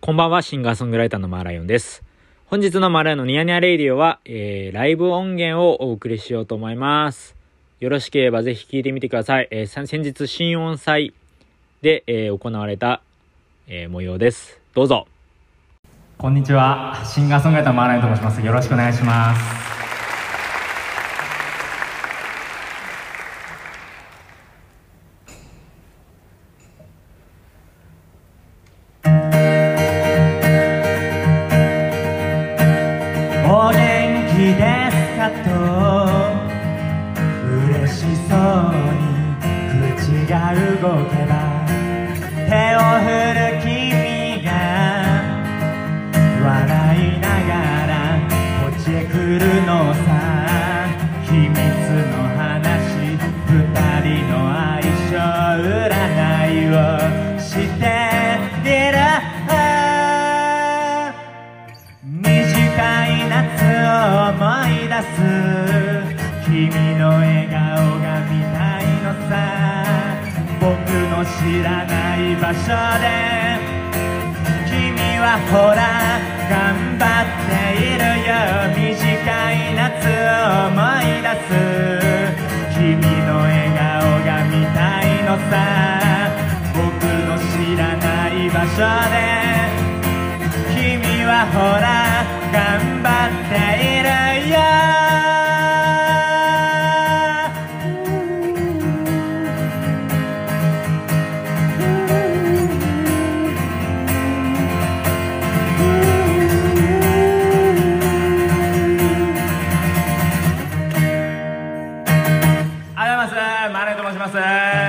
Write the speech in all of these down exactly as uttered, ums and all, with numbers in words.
こんばんは、シンガーソングライターのマーライオンです。本日のマーライオンのニヤニヤレイディオは、えー、ライブ音源をお送りしようと思います。よろしければぜひ聴いてみてください。えー、先日新音祭で、えー、行われた、えー、模様です。どうぞ。 こんにちは、シンガーソングライターのマーライオンと申します。よろしくお願いします。お元気ですかと嬉しそうに口が動けば手を振る君が笑いながらこっちへ来るのさ。秘密の話、二人の相性占いをしている。短い夏を思い出す君の笑顔が見たいのさ。僕の知らない場所で君はほら頑張っているよ。短い夏を思い出す君の笑顔が見たいのさ。僕の知らない場所で君はほら頑張っているよ。ありがとうございます。マレーと申します。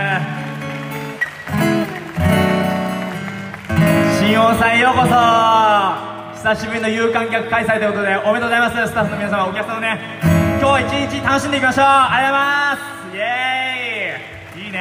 新音祭ようこそ。久しぶりの有観客開催ということでおめでとうございます。スタッフの皆様、お客様ね、今日一日楽しんでいきましょう。ありがとうございます。イエーイ、いいね。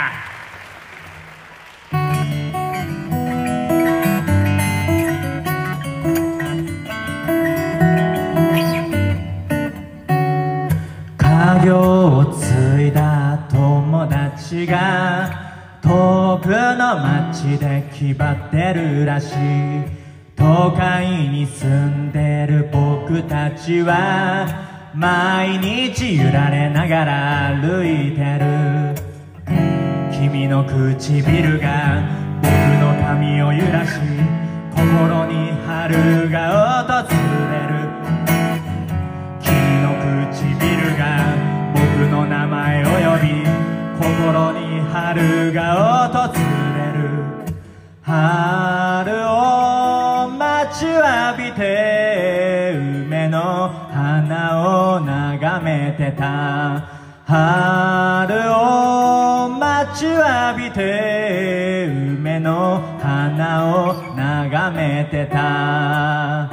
家業を継いだ友達が遠くの町で気張ってるらしい。都会に住んでる僕たちは毎日揺られながら歩いてる。君の唇が僕の髪を揺らし心に春が訪れる。君の唇が僕の名前を呼び心に春が訪れる。春を待ちわびて梅の花を眺めてた。春を待ちわびて梅の花を眺めてた。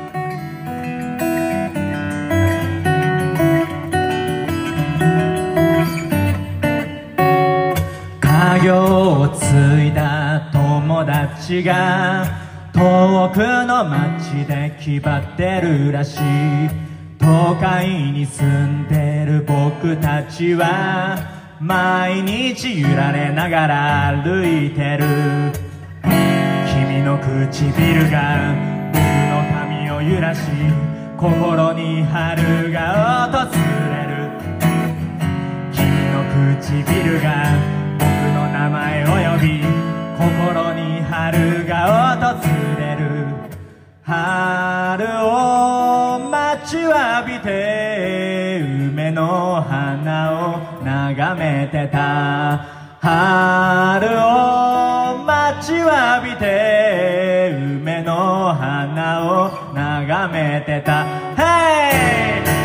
家業を継いだ友達が遠くの町で気張ってるらしい。都会に住んでる僕たちは毎日揺られながら歩いてる。君の唇が僕の髪を揺らし心に春が訪れる。君の唇が僕の名前を呼び心に春が訪れる。春を待ちわびて梅の花を眺めてた。春を待ちわびて梅の花を眺めてた。ヘイ！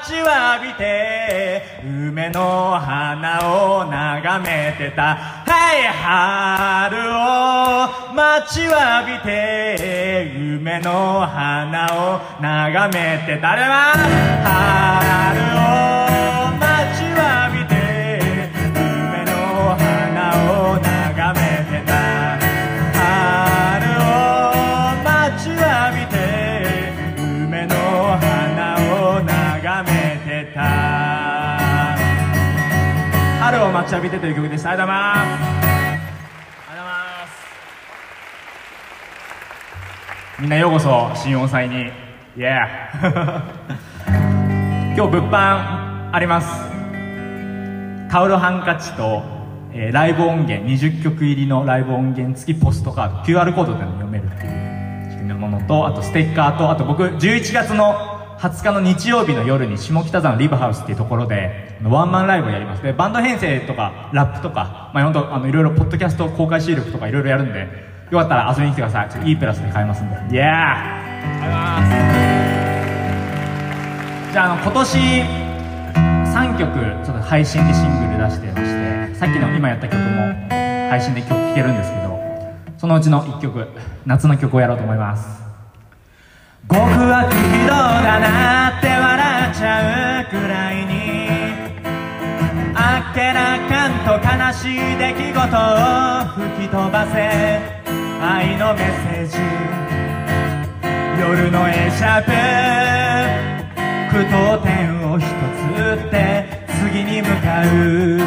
梅の花を眺めてた。Hey! 春を待ちわびて梅の花を眺めてたれば春を待ちわびて梅の花を眺めてた春を待ちわびて梅の花を眺めてた春を待ちわびてという曲でした。ありがとうございます。ありがとうございます。みんなようこそ新音祭に。イエー今日物販あります。タオルハンカチと、えー、ライブ音源にじゅっきょく入りのライブ音源付きポストカード キューアール コードでも読めるっていう仕組みのものと、あとステッカーと、あと僕じゅういちがつのはつかの日曜日の夜に下北沢のリブハウスっていうところでワンマンライブをやります。でバンド編成とかラップとか、まあ、本当あのいろいろポッドキャスト公開収録とかいろいろやるんで、よかったら遊びに来てください。ちょっといいプラスで買えますんで。イエーイ。ありがとうございます。じゃあ、あの今年さんきょくちょっと配信でシングル出してまして、さっきの今やった曲も配信で曲聴けるんですけど、そのうちのいっきょく夏の曲をやろうと思います。極悪非道だなって笑っちゃうくらいにあっけらかんと悲しい出来事を吹き飛ばせ愛のメッセージ夜のエシャープ句読点を一つ打って次に向かう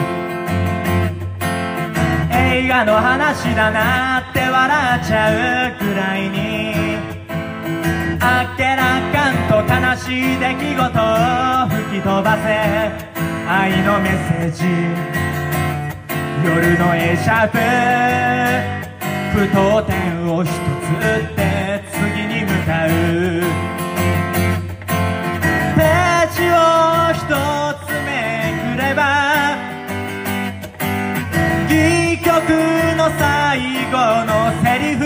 映画の話だなって笑っちゃうくらいにあっけらかんと悲しい出来事を吹き飛ばせ愛のメッセージ夜のエシャープ句読点を一つ打って次に向かうページを一つめくれば戯曲の最後のセリフ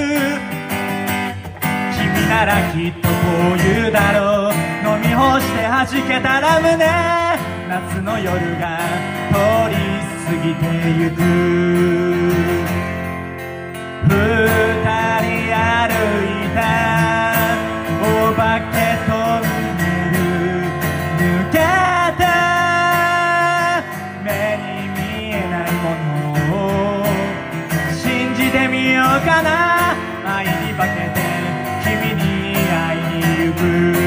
君ならきっとこう言うだろう飲み干して弾けたら胸夏の夜が通り過ぎてゆく二人歩いたお化けトンネル抜けた目に見えないものを信じてみようかな愛に化けて君に会いに行く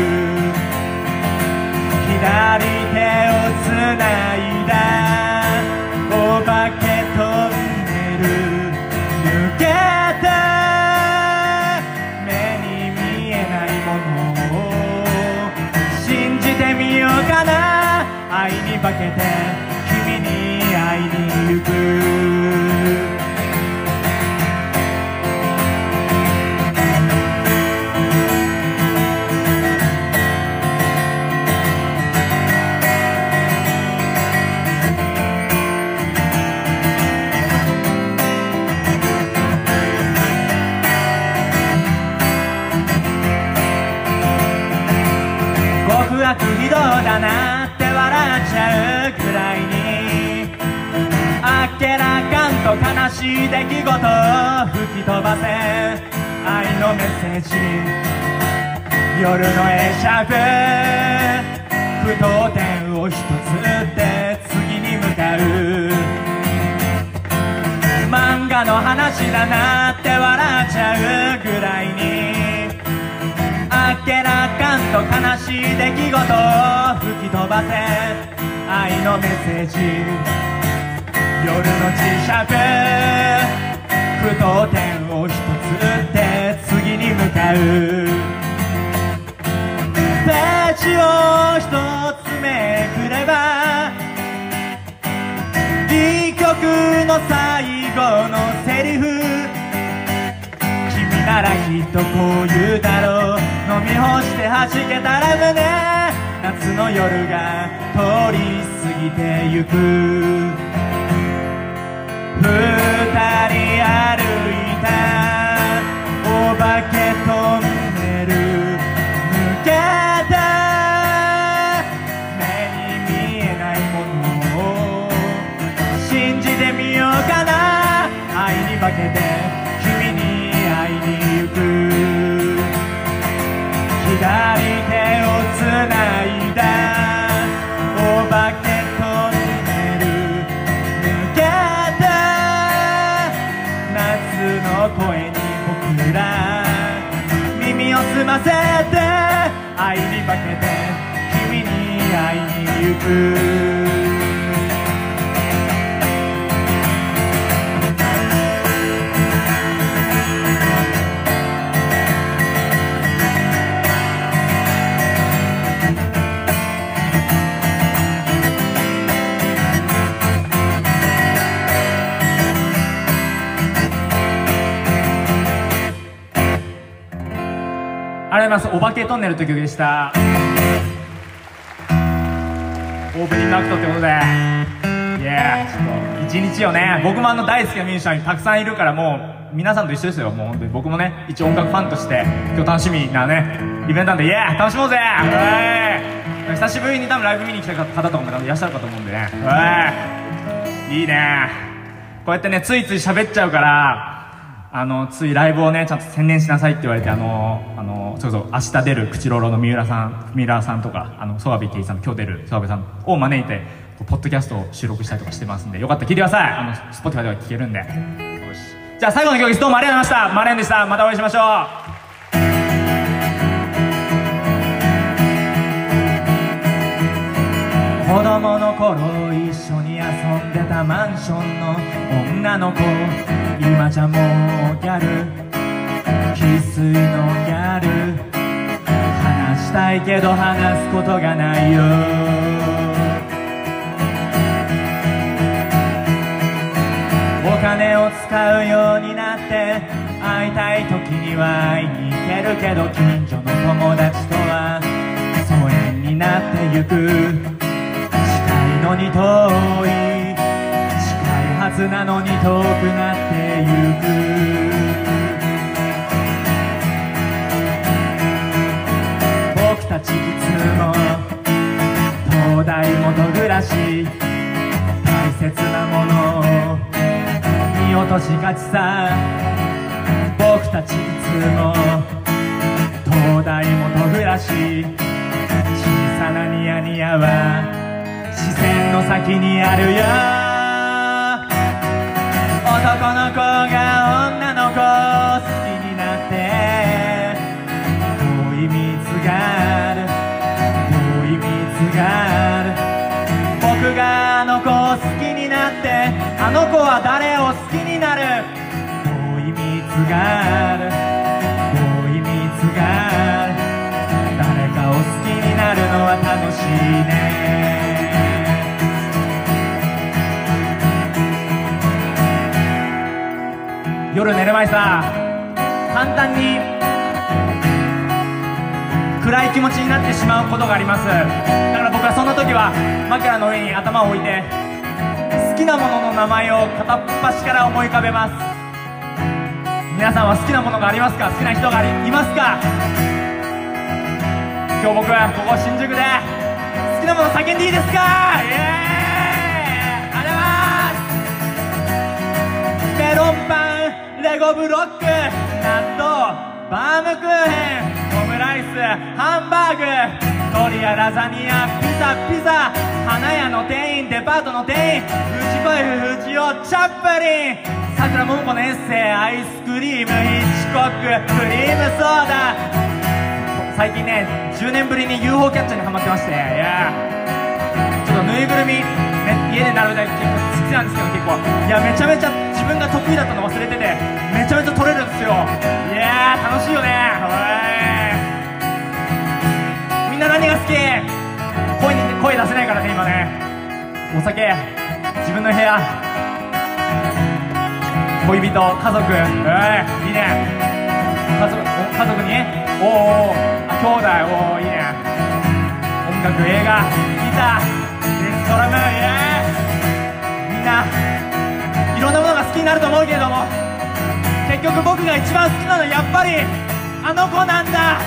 左手をつないだお化けトンネル抜けた目に見えないものを信じてみようかな愛に化けて君に会いに行く非道だなって笑っちゃうくらいにあっけらかんと悲しい出来事を吹き飛ばせ愛のメッセージ夜のエシャープ句読点を一つ打って次に向かう漫画の話だなって笑っちゃうくらいにあっけらかんと悲しい出来事を吹き飛ばせ愛のメッセージ夜の磁石句読点を一つ打って次に向かうページを一つめくれば戯曲の最後のセリフ君ならきっとこう言うだろう飲み干して弾けたら胸夏の夜が通り過ぎてゆく二人歩いたお化けトンネル抜けた目に見えないものを信じてみようかな左手をつないだお化けトンネル抜けた夏の声に僕ら耳を澄ませて愛に化けて君に会いに行くありがとうございます。お化けトンネルという曲でした。オープニングアクトってことで、いやちょっと一日をね、僕もあの大好きなミュージシャンたくさんいるからもう皆さんと一緒ですよ。もう本当に僕もね一応音楽ファンとして今日楽しみなねイベントなんで、いや楽しもうぜ。久しぶりに多分ライブ見に来た方とかもいらっしゃるかと思うんでね、いいね。こうやってねついつい喋っちゃうからあのついライブをねちゃんと専念しなさいって言われて、あのあのそうそう明日出る口ロロの三浦さん三浦さんとかあの曽我部圭さん今日出る曽我部さんを招いてポッドキャストを収録したりとかしてますんで、よかったら聞いてください。あの Spotify では聞けるんで。よし、じゃあ最後の曲です。どうもありがとうございました。マレンでした。またお会いしましょう。子供の頃一緒に遊んでたマンションの女の子、今じゃもうギャル、生粋のギャル、話したいけど話すことがないよ。お金を使うようになって会いたい時には会いに行けるけど、近所の友達とは疎遠になってゆく。のに遠い近いはずなのに遠くなってゆく。僕たちいつも灯台下暮らし、大切なものを見落としがちさ。僕たちいつも灯台下暮らし、小さなニヤニヤは視線の先にあるよ。男の子が女の子を好きになって遠い水がある、遠い水がある。僕があの子を好きになってあの子は誰を好きになる。遠い水がある、遠い水がある。誰かを好きになるのは楽しいね。夜寝る前さ、簡単に暗い気持ちになってしまうことがあります。だから僕はそんな時は枕の上に頭を置いて好きなものの名前を片っ端から思い浮かべます。皆さんは好きなものがありますか？好きな人がいますか？今日僕はここ新宿で好きなもの叫んでいいですか？イエーイ！ありがとうございます。メロンパン、レゴブロック、納豆、バームクーヘン、オムライス、ハンバーグ、鶏やラザニア、ピザピザ、花屋の店員、デパートの店員、藤子 F 不二雄、チャップリン、さくらももこのエッセイ、アイスクリーム、ヒッチコック、クリームソーダ。最近ねじゅうねんぶりに ユーフォー キャッチャーにハマってまして、いやちょっとぬいぐるみ、ね、家で並べたり結構好きなんですけど、結構いやめちゃめちゃ自分が得意だったの忘れててめちゃめちゃ取れるんですよ。いやー楽しいよね。みんな何が好き？声に声出せないからね今ね。お酒、自分の部屋、恋人、家族、いいね。家族、家族におーおー、あ、兄弟、おーいいね。音楽、映画、ギター、ベース、ドラム、イエーイ。みんないろんなものが好きになると思うけれども、結局僕が一番好きなのはやっぱりあの子なんだ。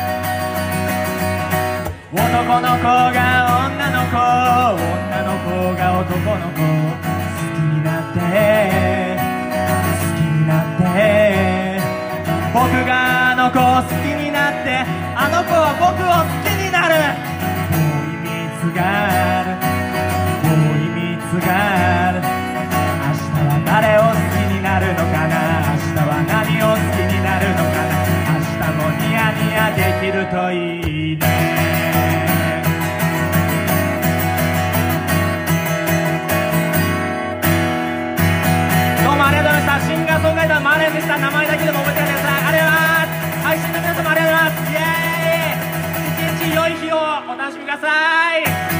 男の子が女の子、女の子が男の子、好きになって好きになって、僕があの子を好きになってああの子は僕を好きになる。遠い蜜がある、遠い蜜がある。明日は誰を好きになるのかな、明日は何を好きになるのかな。明日もニヤニヤできるといいね。どうもありがとうございました。シンガーソングライターのマーレンでした。名前だけでも覚えておいてください。ありがとうございます。配信の皆様ありがとうございます。イエーイ。一日良い日をお楽しみください。